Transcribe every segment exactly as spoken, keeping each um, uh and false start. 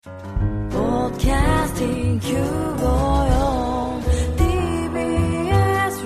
Podcastingきゅうごよん ティービーエス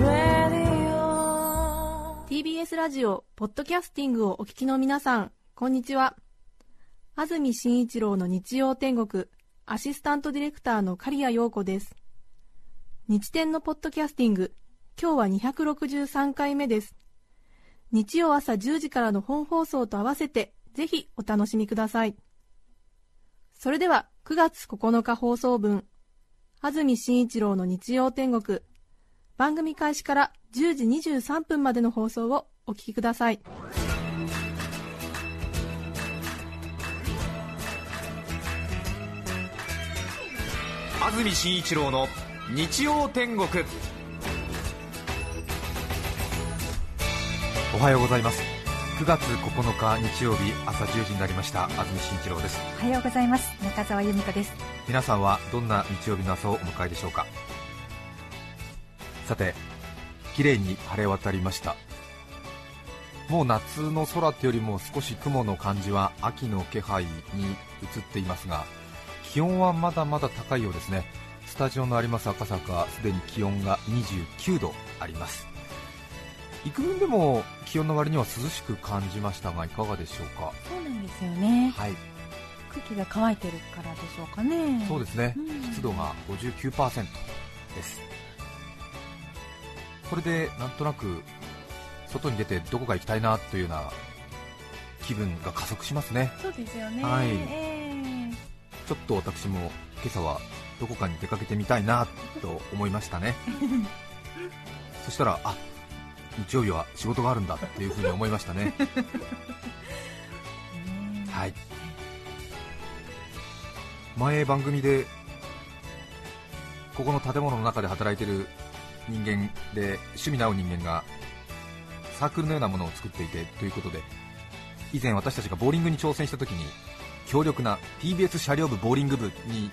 Radio ティービーエス ラジオポッドキャスティングをお聞きの皆さん、こんにちは。安住紳一郎の日曜天国アシスタントディレクターの刈谷陽子です。日天のポッドキャスティング、今日はにひゃくろくじゅうさんかいめです。日曜朝じゅうじからの本放送と合わせてぜひお楽しみください。それではくがつここのか放送分、安住紳一郎の日曜天国、番組開始からじゅうじにじゅうさんぷんまでの放送をお聞きください。 安住紳一郎の日曜天国。おはようございます。くがつここのか日曜日朝じゅうじになりました。安住紳一郎です。 おはようございます。中澤由美子です。 皆さんはどんな日曜日の朝をお迎えでしょうか。さて、綺麗に晴れ渡りました。もう夏の空というよりも少し雲の感じは秋の気配に移っていますが、気温はまだまだ高いようですね。スタジオのあります赤坂、すでに気温がにじゅうきゅうどあります。幾分でも気温の割には涼しく感じましたが、いかがでしょうか。 そうなんですよね、 はい、 空気が乾いてるからでしょうかね。 そうですね、 うん、 湿度が ごじゅうきゅうパーセント です。これでなんとなく外に出てどこか行きたいなというような気分が加速しますね。 そうですよね、 はい、 えー、 ちょっと私も今朝はどこかに出かけてみたいなと思いましたねそしたら、あ、日曜日は仕事があるんだっていうふうに思いましたねはい、前番組でここの建物の中で働いている人間で趣味の合う人間がサークルのようなものを作っていてということで、以前私たちがボーリングに挑戦した時に強力な ティービーエス 車両部ボーリング部に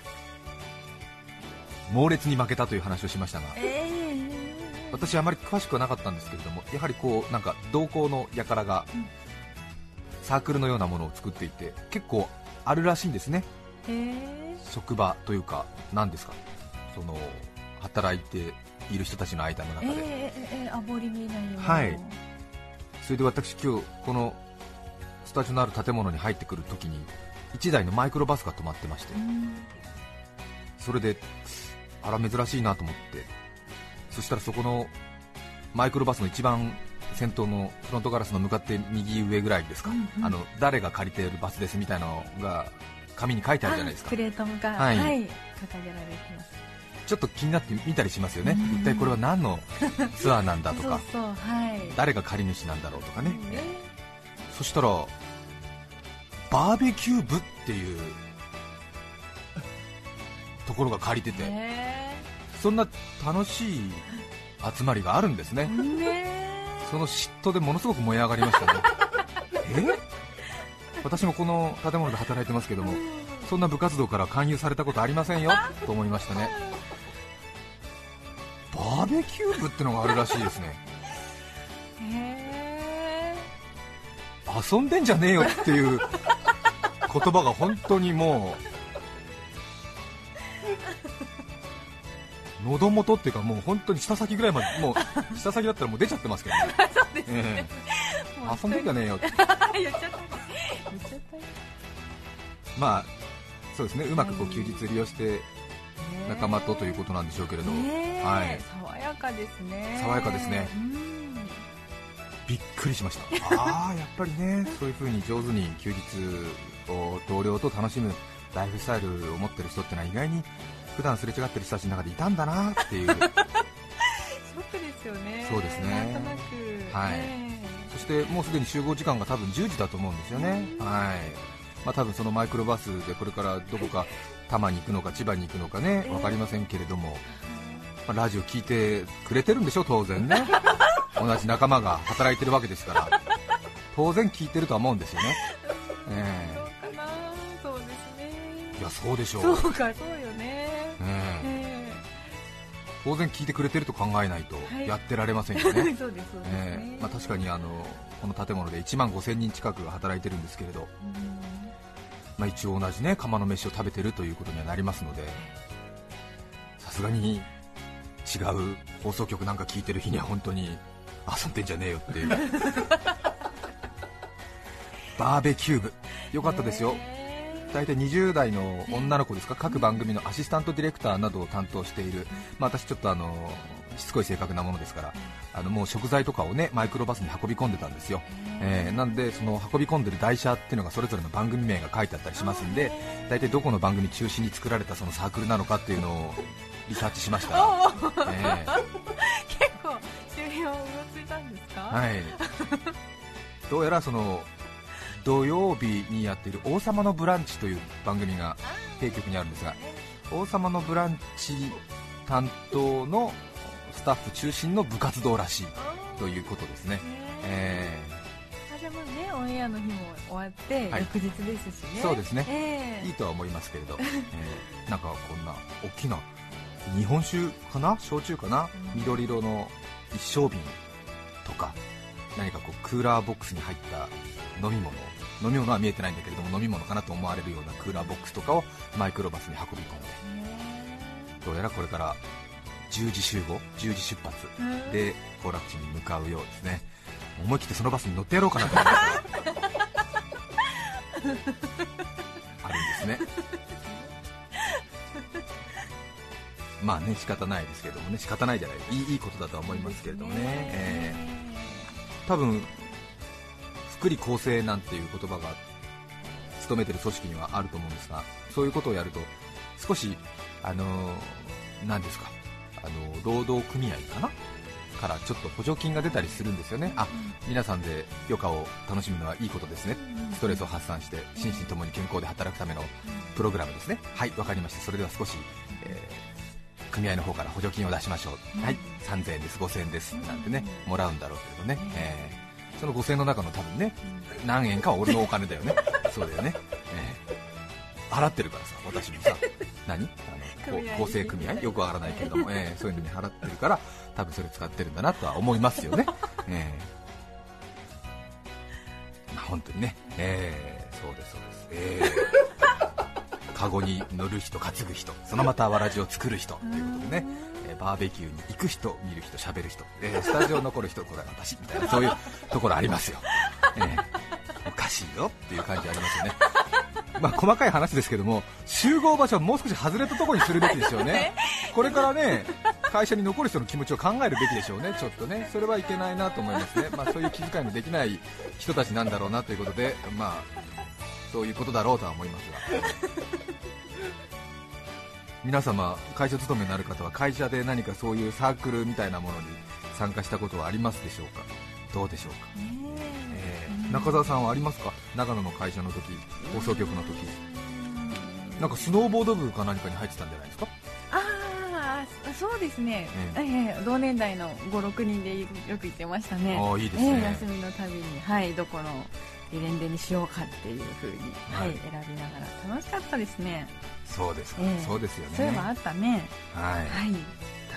猛烈に負けたという話をしましたが、 えー私はあまり詳しくはなかったんですけれども、やはりこうなんか同校の輩がサークルのようなものを作っていて結構あるらしいんですね。 へー、 職場というか何ですか、その働いている人たちの間の中で、 えーえー、あ、ボーリング以内にも、 はい、それで私今日このスタジオのある建物に入ってくるときにいちだいのマイクロバスが止まってまして、 うん、 それであら珍しいなと思って、そしたらそこのマイクロバスの一番先頭のフロントガラスの向かって右上ぐらいですか、うんうん、あの誰が借りているバスですみたいなのが紙に書いてあるじゃないですか。 プレートが、 はいはい、掲げられてます。 ちょっと気になって見たりしますよね、うん、一体これは何のツアーなんだとかそうそう、はい、 誰が借り主なんだろうとかね、うん、そしたらバーベキュー部っていうところが借りてて、そんな楽しい集まりがあるんですね。その嫉妬でものすごく燃え上がりましたねえ、私もこの建物で働いてますけども、そんな部活動から勧誘されたことありませんよと思いましたね。バーベキュー部ってのがあるらしいですね。 へー、遊んでんじゃねえよっていう言葉が本当にもう喉元っていうか、もう本当に舌先ぐらいまで、もう舌先だったらもう出ちゃってますけどねそうですね、 えー、遊んでんじゃねえよって言っちゃった言っちゃったまあそうですね、うまくこう休日利用して仲間とということなんでしょうけれど、はい、 爽やかですね。 爽やかですね、うん、びっくりしました。ああ、やっぱりね、そういう風に上手に休日を同僚と楽しむライフスタイルを持ってる人ってのは意外に普段すれ違ってる人たちの中でいたんだなっていうショックですよね。 そうですね、 なんとなく、 はい、 ね、 そしてもうすでに集合時間が多分じゅうじだと思うんですよね、はい、まあ、多分そのマイクロバスでこれからどこか多摩に行くのか千葉に行くのかね、分かりませんけれども、まあ、ラジオ聞いてくれてるんでしょ、当然ね同じ仲間が働いてるわけですから当然聞いてるとは思うんですよね、えー、そうかな、そうですね、 いやそうでしょう、 そうか、そうよね、 えーえー、当然聞いてくれてると考えないとやってられませんよね、 はい、そうです、そうですね、 えーまあ、確かにあのこの建物でいちまんごせんにん近くが働いてるんですけれど、 まあ、一応同じね釜の飯を食べてるということにはなりますので、さすがに違う放送局なんか聞いてる日には本当に遊んでんじゃねえよっていうバーベキュー部よかったですよ。大体にじゅう代の女の子ですか、各番組のアシスタントディレクターなどを担当している、まあ、私ちょっとあのしつこい性格なものですから、あのもう食材とかをねマイクロバスに運び込んでたんですよ、えー、なんでその運び込んでる台車っていうのがそれぞれの番組名が書いてあったりしますんで、大体どこの番組中心に作られたそのサークルなのかっていうのをリサーチしましたら、えー、 結構周辺をうろついたんですか？ はい、どうやらその土曜日にやっている王様のブランチという番組が定局にあるんですが、王様のブランチ担当のスタッフ中心の部活動らしいということですね。えー、あじゃあもうねオンエアの日も終わって、はい、翌日ですしね。 そうですね、 えー、 いいとは思いますけれど、えー、なんかこんな大きな日本酒かな焼酎かな、うん、緑色の一升瓶とか何かこうクーラーボックスに入った飲み物、飲み物は見えてないんだけれども飲み物かなと思われるようなクーラーボックスとかをマイクロバスに運び込んで、どうやらこれからじゅうじ集合、じゅうじ出発で行楽地に向かうようですね。思い切ってそのバスに乗ってやろうかなと思いますがあるんですね。まあね仕方ないですけれどもね、仕方ないじゃない、いい、いいことだとは思いますけれどもね、えー、多分福利厚生なんていう言葉が勤めてる組織にはあると思うんですが、そういうことをやると少しあのー、何ですか、あのー、労働組合かなからちょっと補助金が出たりするんですよね。あ、皆さんで余暇を楽しむのはいいことですね、ストレスを発散して心身ともに健康で働くためのプログラムですね。はい、わかりました。それでは少し、えー、組合の方から補助金を出しましょう、はい、さんぜんえんです、ごせんえんですなんてねもらうんだろうけどね、えーそのごせんえんの中の多分ね何円かは俺のお金だよねそうだよね、えー、払ってるからさ、私もさ何あの構成組合よくわからないけれども、えー、そういうのに払ってるから多分それ使ってるんだなとは思いますよね、えーまあ、本当にね、えー、そうですそうです、えー、カゴに乗る人担ぐ人、そのまたわらじを作る人ということでね、バーベキューに行く人、見る人、喋る人、えー、スタジオ残る人、これは私みたいな、そういうところありますよ、えー、おかしいよっていう感じありますよね。まあ細かい話ですけども、集合場所はもう少し外れたところにするべきですよね。これからね会社に残る人の気持ちを考えるべきでしょうね。ちょっとねそれはいけないなと思いますね。まあそういう気遣いもできない人たちなんだろうなということで、まあそういうことだろうとは思いますが皆様会社勤めになる方は会社で何かそういうサークルみたいなものに参加したことはありますでしょうか。どうでしょうか、えー、中澤さんはありますか。長野の会社の時、放送局の時、なんかスノーボード部か何かに入ってたんじゃないですか。 ああ、そうですね、えーえー、同年代のご、ろくにんでよく行ってましたね。 あ、いいですね、 えー、休みのたびに、はい、どこのゲレンデにしようかっていう風に、はいはい、選びながら楽しかったですね。 そうですか、 えー、 そうですよね。 そういえばあったね。 はい、はい、確かに、はい、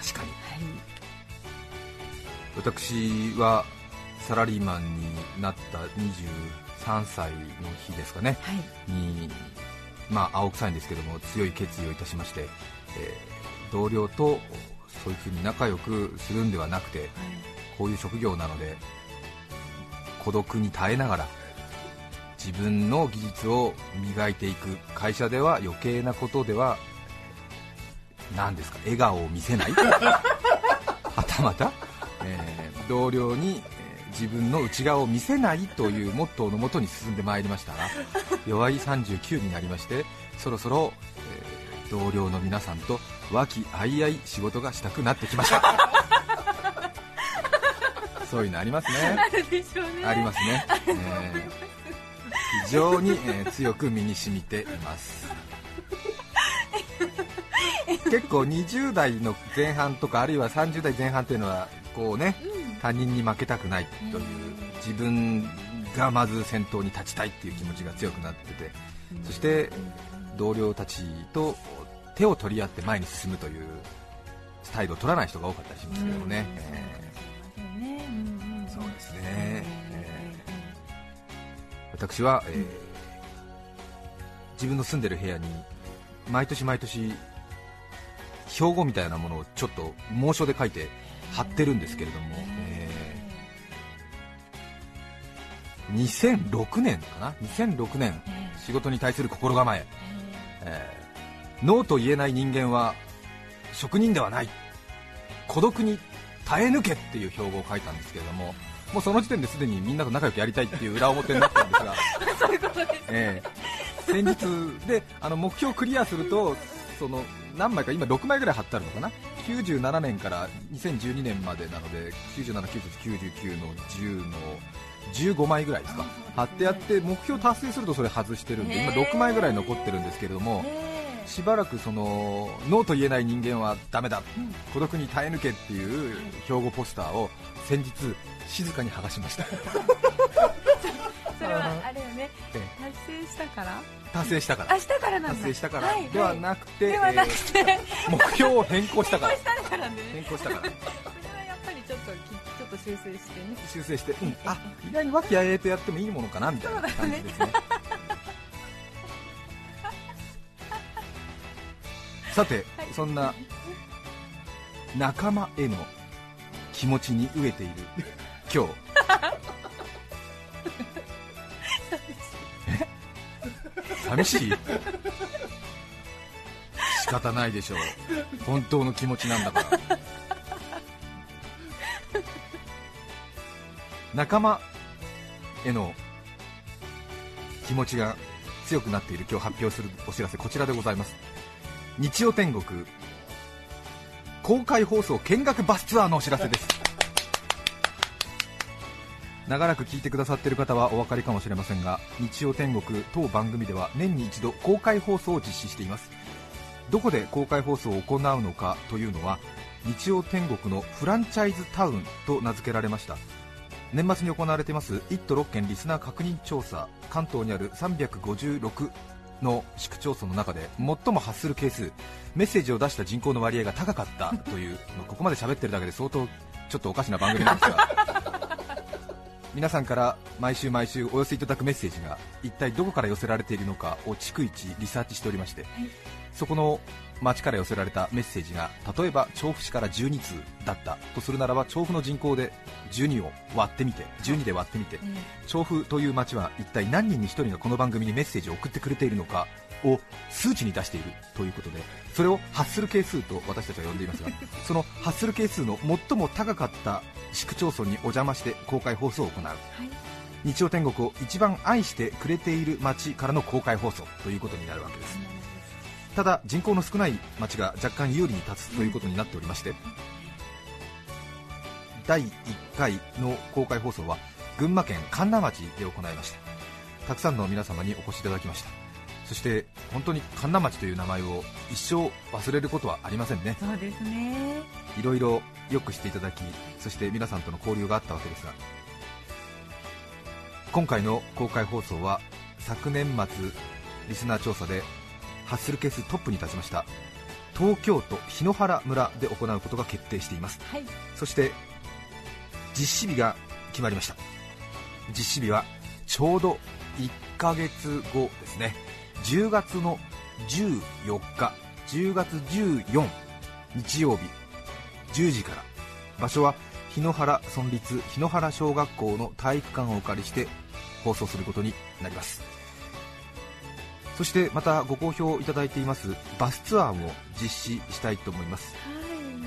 私はサラリーマンになったにじゅうさんさいの日ですかね、はい、に、まあ青臭いんですけども強い決意をいたしまして、えー、同僚とそういうふうに仲良くするんではなくて、はい、こういう職業なので孤独に耐えながら自分の技術を磨いていく。会社では余計なことでは何ですか、笑顔を見せないはたまた、えー、同僚に、えー、自分の内側を見せないというモットーのもとに進んでまいりましたが、弱いさんじゅうきゅうになりまして、そろそろ、えー、同僚の皆さんと和気あいあい仕事がしたくなってきましたそういうのありますね。 あるでしょうね。 ありますね、えー、非常に、えー、強く身に染みています結構にじゅう代の前半とかあるいはさんじゅう代前半というのはこうね、うん、他人に負けたくないという、自分がまず先頭に立ちたいっていう気持ちが強くなってて、そして同僚たちと手を取り合って前に進むというスタイルを取らない人が多かったりしますけどもね、うんえー、そうですね、えー、私は、えー、 自分の住んでる部屋に毎年毎年標語みたいなものをちょっと猛暑で書いて貼ってるんですけれども、えー、にせんろくねんかな、にせんろくねん仕事に対する心構え、えー、ノーと言えない人間は職人ではない、孤独に耐え抜けっていう標語を書いたんですけれども、もうその時点ですでにみんなと仲良くやりたいっていう裏表になったんですがそういうことです、 えー、先日であの目標をクリアすると、その何枚か今ろくまいぐらい貼ってあるのかな、きゅうじゅうななねんからにせんじゅうにねんまでなのできゅうじゅうなな、きゅうじゅう、きゅうじゅうきゅうのじゅうのじゅうごまいぐらいですか、貼ってあって、目標達成するとそれ外してるんで今ろくまいぐらい残ってるんですけれども、しばらくそのノーと言えない人間はダメだ、孤独に耐え抜けっていう標語ポスターを先日静かに剥がしましたそれはあれよね、達成したから達成したからあしたからなんだ達成したから、 はいはい、 ではなくて、 ではなくて、 えー、目標を変更したから変更したからね、 変更したからそれはやっぱりちょっときちょっと修正してね修正して、うん、あ意外に和気あいあいとやってもいいものかなみたいな感じですねさて、はい、そんな仲間への気持ちに飢えている今日え寂しい仕方ないでしょう、本当の気持ちなんだから仲間への気持ちが強くなっている今日発表するお知らせ、こちらでございます。日曜天国公開放送見学バスツアーのお知らせです。長らく聞いてくださっている方はお分かりかもしれませんが、日曜天国当番組では年に一度公開放送を実施しています。どこで公開放送を行うのかというのは、日曜天国のフランチャイズタウンと名付けられました。年末に行われていますいっ都ろっけんリスナー確認調査、関東にあるさんびゃくごじゅうろくの市区町村の中で最も発する係数、メッセージを出した人口の割合が高かったというここまで喋ってるだけで相当ちょっとおかしな番組なんですが皆さんから毎週毎週お寄せいただくメッセージが一体どこから寄せられているのかを逐一リサーチしておりまして、はい、そこの町から寄せられたメッセージが例えば調布市からじゅうにつうだったとするならば、調布の人口でじゅうにを割ってみてじゅうにで割ってみて、うん、調布という町は一体何人にひとりがこの番組にメッセージを送ってくれているのかを数値に出しているということで、それを発する係数と私たちは呼んでいますがその発する係数の最も高かった市区町村にお邪魔して公開放送を行う、はい、日曜天国を一番愛してくれている町からの公開放送ということになるわけです。ただ人口の少ない町が若干有利に立つということになっておりまして、だいいっかいの公開放送は群馬県神流町で行いました。たくさんの皆様にお越しいただきました。そして本当に神流町という名前を一生忘れることはありませんね。 そうですね、 いろいろよくしていただき、そして皆さんとの交流があったわけですが、今回の公開放送は昨年末リスナー調査で発する係数トップに立ちました東京都檜原村で行うことが決定しています、はい、そして実施日が決まりました。実施日はちょうどいっかげつごですね。じゅうがつのじゅうよっか、じゅうがつじゅうよっか日曜日じゅうじから、場所は檜原村立檜原小学校の体育館をお借りして放送することになります。そしてまたご好評いただいていますバスツアーも実施したいと思います、はい、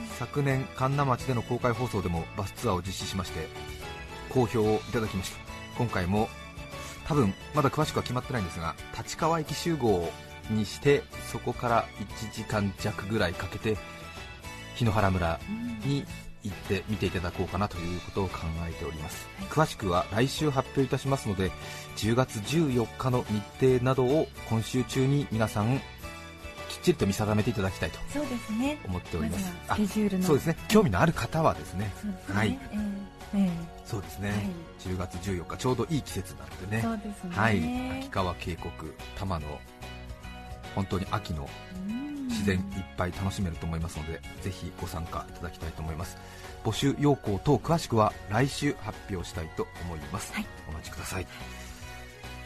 昨年神流町での公開放送でもバスツアーを実施しまして好評をいただきました。今回も多分まだ詳しくは決まってないんですが、立川駅集合にしてそこからいちじかんじゃくぐらいかけて檜原村に行って見ていただこうかなということを考えております、はい、詳しくは来週発表いたしますので、じゅうがつじゅうよっかの日程などを今週中に皆さんきっちりと見定めていただきたいと思っております。 スケジュールのそうですね、興味のある方はですね、 そうですね、 はい、 えーえー、 そうですね、はい、じゅうがつじゅうよっかちょうどいい季節なのでね、 そうですね、 はい、秋川渓谷多摩の本当に秋の自然いっぱい楽しめると思いますので、ぜひご参加いただきたいと思います。募集要項等詳しくは来週発表したいと思います、はい、お待ちください。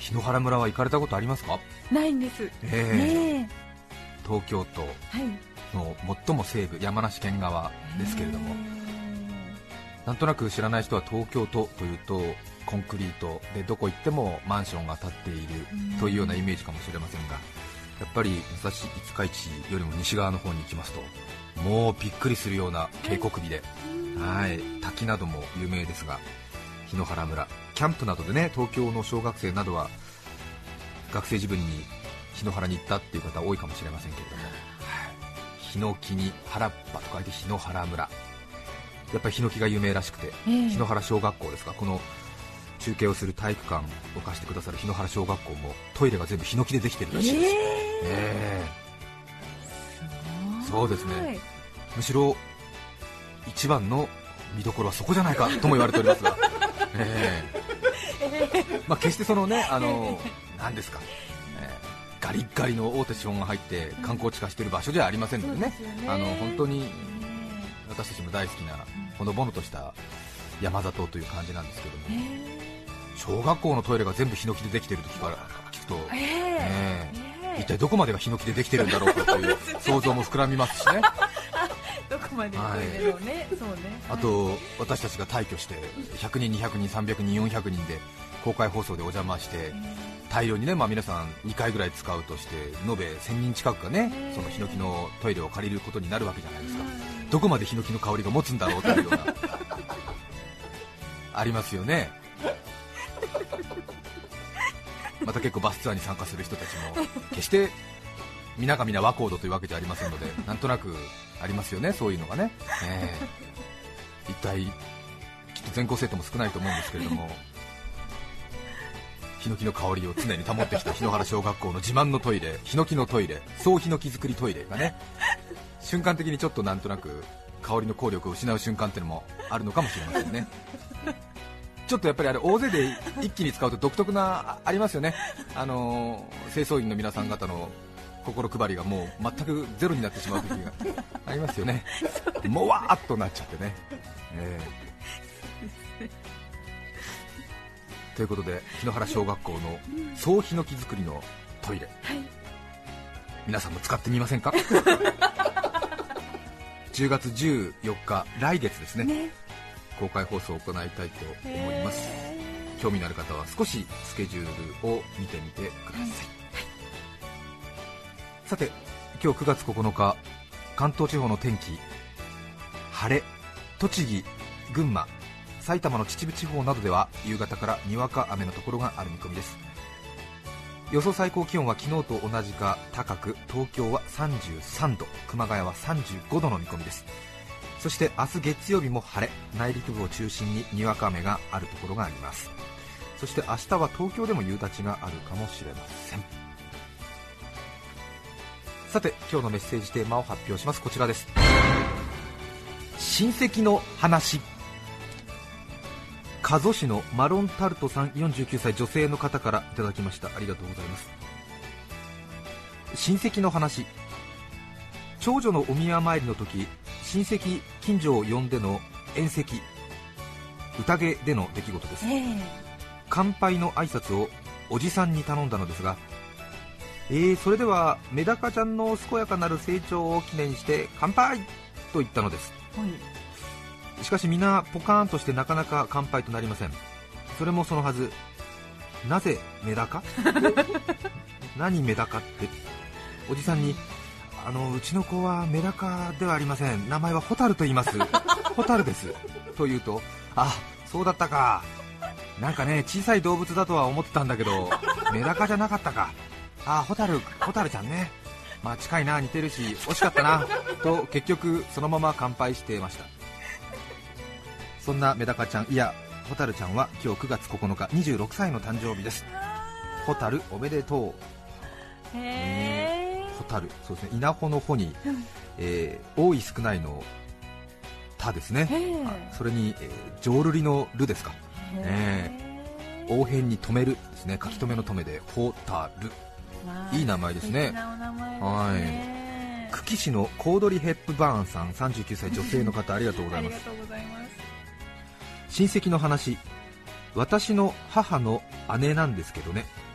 檜原村は行かれたことありますか？ ないんです、 えーね東京都の最も西部、山梨県側ですけれども、なんとなく知らない人は東京都というとコンクリートでどこ行ってもマンションが建っているというようなイメージかもしれませんが、やっぱり武蔵五日市よりも西側の方に行きますともうびっくりするような渓谷美で、はい、滝なども有名ですが、檜原村キャンプなどでね、東京の小学生などは学生時分に檜原に行ったっていう方多いかもしれませんけれども、ヒノキに原っぱと書いて檜原村、やっぱりヒノキが有名らしくて、えー、檜原小学校ですが、この中継をする体育館を貸してくださる檜原小学校もトイレが全部ヒノキでできてるらしいです、えーえー、そうですね、むしろ一番の見どころはそこじゃないかとも言われておりますが、えーまあ、決してそのね、あの何ですか、ガリッガリの大手資本が入って観光地化している場所ではありませんのでね、うん、あの本当に私たちも大好きなほのぼのとした山里という感じなんですけども、小学校のトイレが全部ヒノキでできていると聞か聞くと、えーねえー、一体どこまでがヒノキでできているんだろうかという想像も膨らみますしねどこまでのトイレのね、はい、そうね、 あと私たちが退去してひゃくにん、にひゃくにん、さんびゃくにん、よんひゃくにんで公開放送でお邪魔して大量にね、まあ、皆さんにかいぐらい使うとして延べせんにん近くがね、そのヒノキのトイレを借りることになるわけじゃないですか。どこまでヒノキの香りが持つんだろうというようなありますよね。また結構バスツアーに参加する人たちも決して皆が皆和コードというわけじゃありませんので、なんとなくありますよね、そういうのがね、えー、一体きっと全校生徒も少ないと思うんですけれどもヒノキの香りを常に保ってきた檜原小学校の自慢のトイレ、ヒノキのトイレ、総ヒノキ作りトイレがね、瞬間的にちょっとなんとなく香りの効力を失う瞬間っていうのもあるのかもしれませんね。ちょっとやっぱりあれ大勢で一気に使うと独特なありますよね。あのー、清掃員の皆さん方の心配りがもう全くゼロになってしまう時がありますよね。もわーっとなっちゃってね、えー、ということで檜原小学校の総ヒノキ作りのトイレ、はい、皆さんも使ってみませんか？じゅうがつじゅうよっか、来月ですね、ね、公開放送を行いたいと思います。興味のある方は少しスケジュールを見てみてください、はい。さて今日くがつここのか、関東地方の天気、晴れ、栃木、群馬、埼玉の秩父地方などでは夕方からにわか雨のところがある見込みです。予想最高気温は昨日と同じか高く、東京はさんじゅうさんど、熊谷はさんじゅうごどの見込みです。そして明日月曜日も晴れ、内陸部を中心ににわか雨があるところがあります。そして明日は東京でも夕立があるかもしれません。さて今日のメッセージテーマを発表します。こちらです。親戚の話。加須市のマロンタルトさん、よんじゅうきゅうさい女性の方からいただきました。ありがとうございます。親戚の話。長女のお宮参りの時、親戚近所を呼んでの宴席、宴での出来事です、えー、乾杯の挨拶をおじさんに頼んだのですが、えー、それではメダカちゃんの健やかなる成長を記念して乾杯と言ったのです、はい。しかし皆ポカーンとしてなかなか乾杯となりません。それもそのはず、なぜメダカ何メダカって。おじさんに、あのうちの子はメダカではありません、名前はホタルと言います、ホタルですと言うと、あ、そうだったか、なんかね小さい動物だとは思ってたんだけどメダカじゃなかったか、あ、ホタル、ホタルちゃんね、まあ近いな、似てるし惜しかったなと結局そのまま乾杯していました。そんなメダカちゃん、いやホタルちゃんは今日くがつここのか、にじゅうろくさいの誕生日です。ホタルおめでとう。へー、ホタル、そうですね、稲穂の穂に、えー、多い少ないの田ですね、それに、えー、浄瑠璃のルですか、えー、応変に止めるですね、書き留めの止めでホタル、いい名前ですね。はい。久喜市のコードリ・ヘップバーンさん、さんじゅうきゅうさい女性の方ありがとうございます。ありがとうございます。親戚の話。私の母の姉なんですけどね、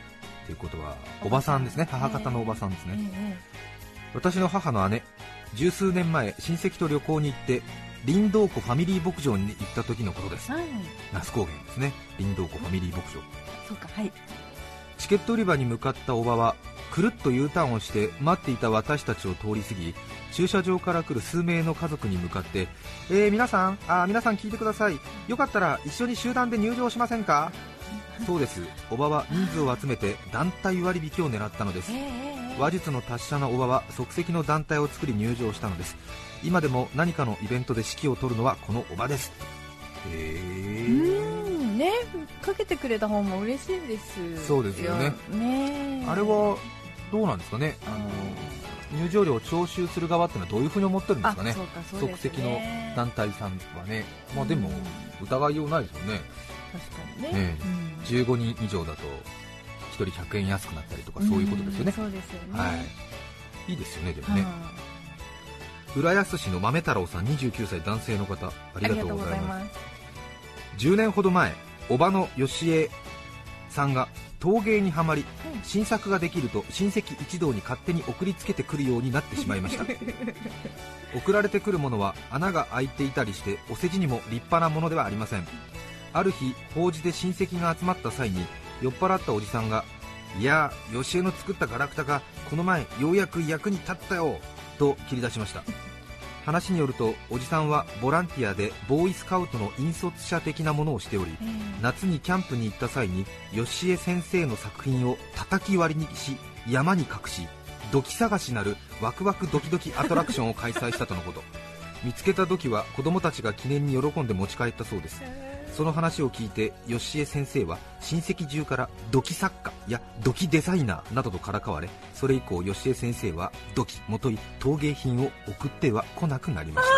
ということはおばさんですね、母方のおばさんですね、 ええ私の母の姉、十数年前親戚と旅行に行って林道湖ファミリー牧場に行った時のことです。 はい、 那須高原ですね、林道湖ファミリー牧場。 そうか、はい。 チケット売り場に向かったおばはくるっと U ターンをして待っていた私たちを通り過ぎ、駐車場から来る数名の家族に向かって、えー、皆さんあー皆さん聞いてください、よかったら一緒に集団で入場しませんか。そうです、おばは人数を集めて団体割引を狙ったのです。 ええ話術の達者なおばは即席の団体を作り入場したのです。今でも何かのイベントで指揮を執るのはこのおばです。へー、 うんね、かけてくれた方も嬉しいです。 そうですよね。 ね、 あれはどうなんですかね、あの入場料を徴収する側っていうのはどういうふうに思ってるんですかね。 あ、そうか、そうですね、 即席の団体さんはね、まあ、でも疑いようないですよね。 確かにね、 ねうんじゅうごにん以上だとひとりひゃくえん安くなったりとか、そういうことですよね。 んそうですよね、 はい、いいですよね。でもね、 は浦安市の豆太郎さん、にじゅうきゅうさい男性の方、あありがとうございます。 す。 じゅうねんほど前、おばのよしえさんが陶芸にはまり、 うん新作ができると親戚一同に勝手に送りつけてくるようになってしまいました。送られてくるものは穴が開いていたりして、お世辞にも立派なものではありません。ある日、法事で親戚が集まった際に、酔っ払ったおじさんが、いやー、よしえの作ったガラクタがこの前ようやく役に立ったよと切り出しました。話によると、おじさんはボランティアでボーイスカウトの引率者的なものをしており、 ええ夏にキャンプに行った際によしえ先生の作品を叩き割りにし、山に隠し、土器探しなるワクワクドキドキアトラクションを開催したとのこと。見つけた土器は子供たちが記念に喜んで持ち帰ったそうです。その話を聞いて、よしえ先生は親戚中から土器作家や土器デザイナーなどとからかわれ、それ以降よしえ先生は土器もとい陶芸品を送っては来なくなりました。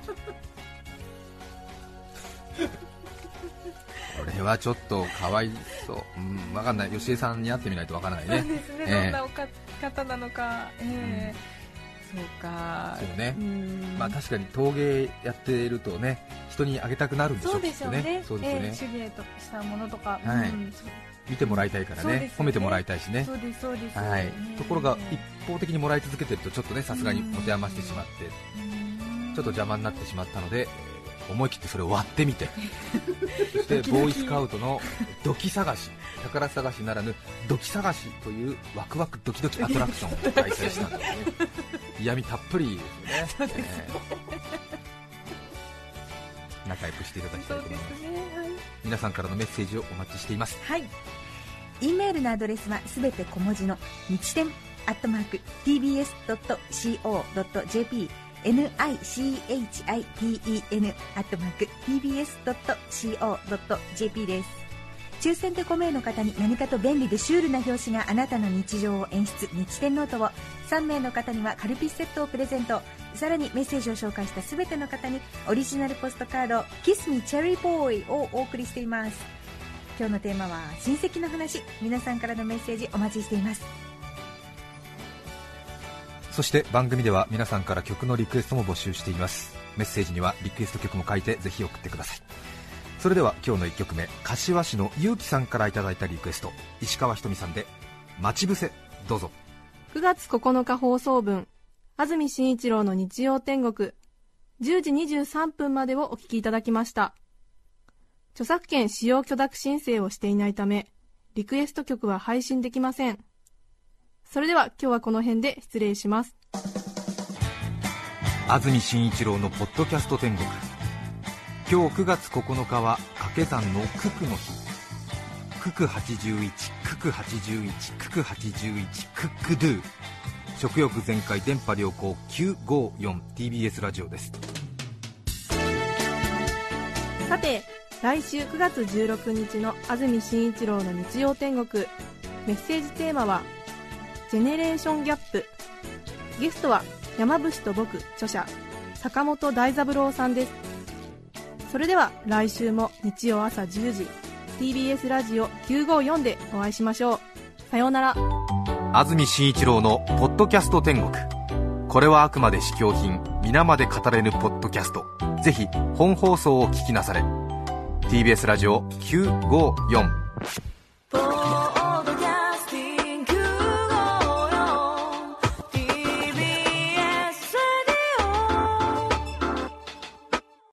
これはちょっとかわいそう、うん、分かんない、よしえさんに会ってみないと分からないね。 そうですね、 ええどんなおか方なのか、ええそうか、 そうね、 うんまあ、確かに陶芸やっているとね、人にあげたくなるんでしょそううでしょうね、 そうですよね、 ええ手芸としたものとか、 はいうんそう見てもらいたいからね、 そうですよね褒めてもらいたいしね。 そうですそうです、 はいね、 ところが一方的にもらい続けてるとちょっとね、さすがに持て余してしまって、 うんちょっと邪魔になってしまったので、えー思い切ってそれを割ってみてそしてボーイスカウトの土器探し、宝探しならぬ土器探しというワクワクドキドキアトラクションを開催したんですね。嫌味たっぷりですよね。えー仲良くしていただきたそいうと思います。 ですね、はい皆さんからのメッセージをお待ちしています。 はい。E メールのアドレスはすべて小文字の日天アットマーク ティービーエスドットシーオードットジェーピー ニチテン アットマーク ティービーエスドットシーオードットジェーピー です。抽選でご名の方に何かと便利でシュールな表紙があなたの日常を演出、日天ノートを、さん名の方にはカルピスセットをプレゼント。さらにメッセージを紹介したすべての方にオリジナルポストカードキスミチェリーボーイをお送りしています。今日のテーマは親戚の話。皆さんからのメッセージお待ちしています。 そして番組では皆さんから曲のリクエストも募集しています。メッセージにはリクエスト曲も書いてぜひ送ってください。それでは今日のいっきょくめ、柏市のゆうきさんからいただいたリクエスト、石川ひとみさんで待ち伏せ、どうぞ。 くがつここのか放送分、安住紳一郎の日曜天国、じゅうじにじゅうさんぷんまでをお聞きいただきました。著作権使用許諾申請をしていないため、リクエスト曲は配信できません。それでは今日はこの辺で失礼します。 安住紳一郎のポッドキャスト天国。今日くがつここのかは掛け算の九九の日。九九はちじゅういち、九九はちじゅういち、九九はちじゅういち、クックドゥ。食欲全開、電波良好、きゅうごよん ティービーエス ラジオです。 さて、来週くがつじゅうろくにちの安住紳一郎の日曜天国、メッセージテーマはジェネレーションギャップ。ゲストは山伏と僕著者坂本大三郎さんです。それでは来週も日曜朝じゅうじ ティービーエス ラジオきゅうごよんでお会いしましょう。さようなら。 安住紳一郎のポッドキャスト天国。これはあくまで試供品、皆まで語れぬポッドキャスト。ぜひ本放送を聞きなされ。 ティービーエス ラジオきゅうごよん。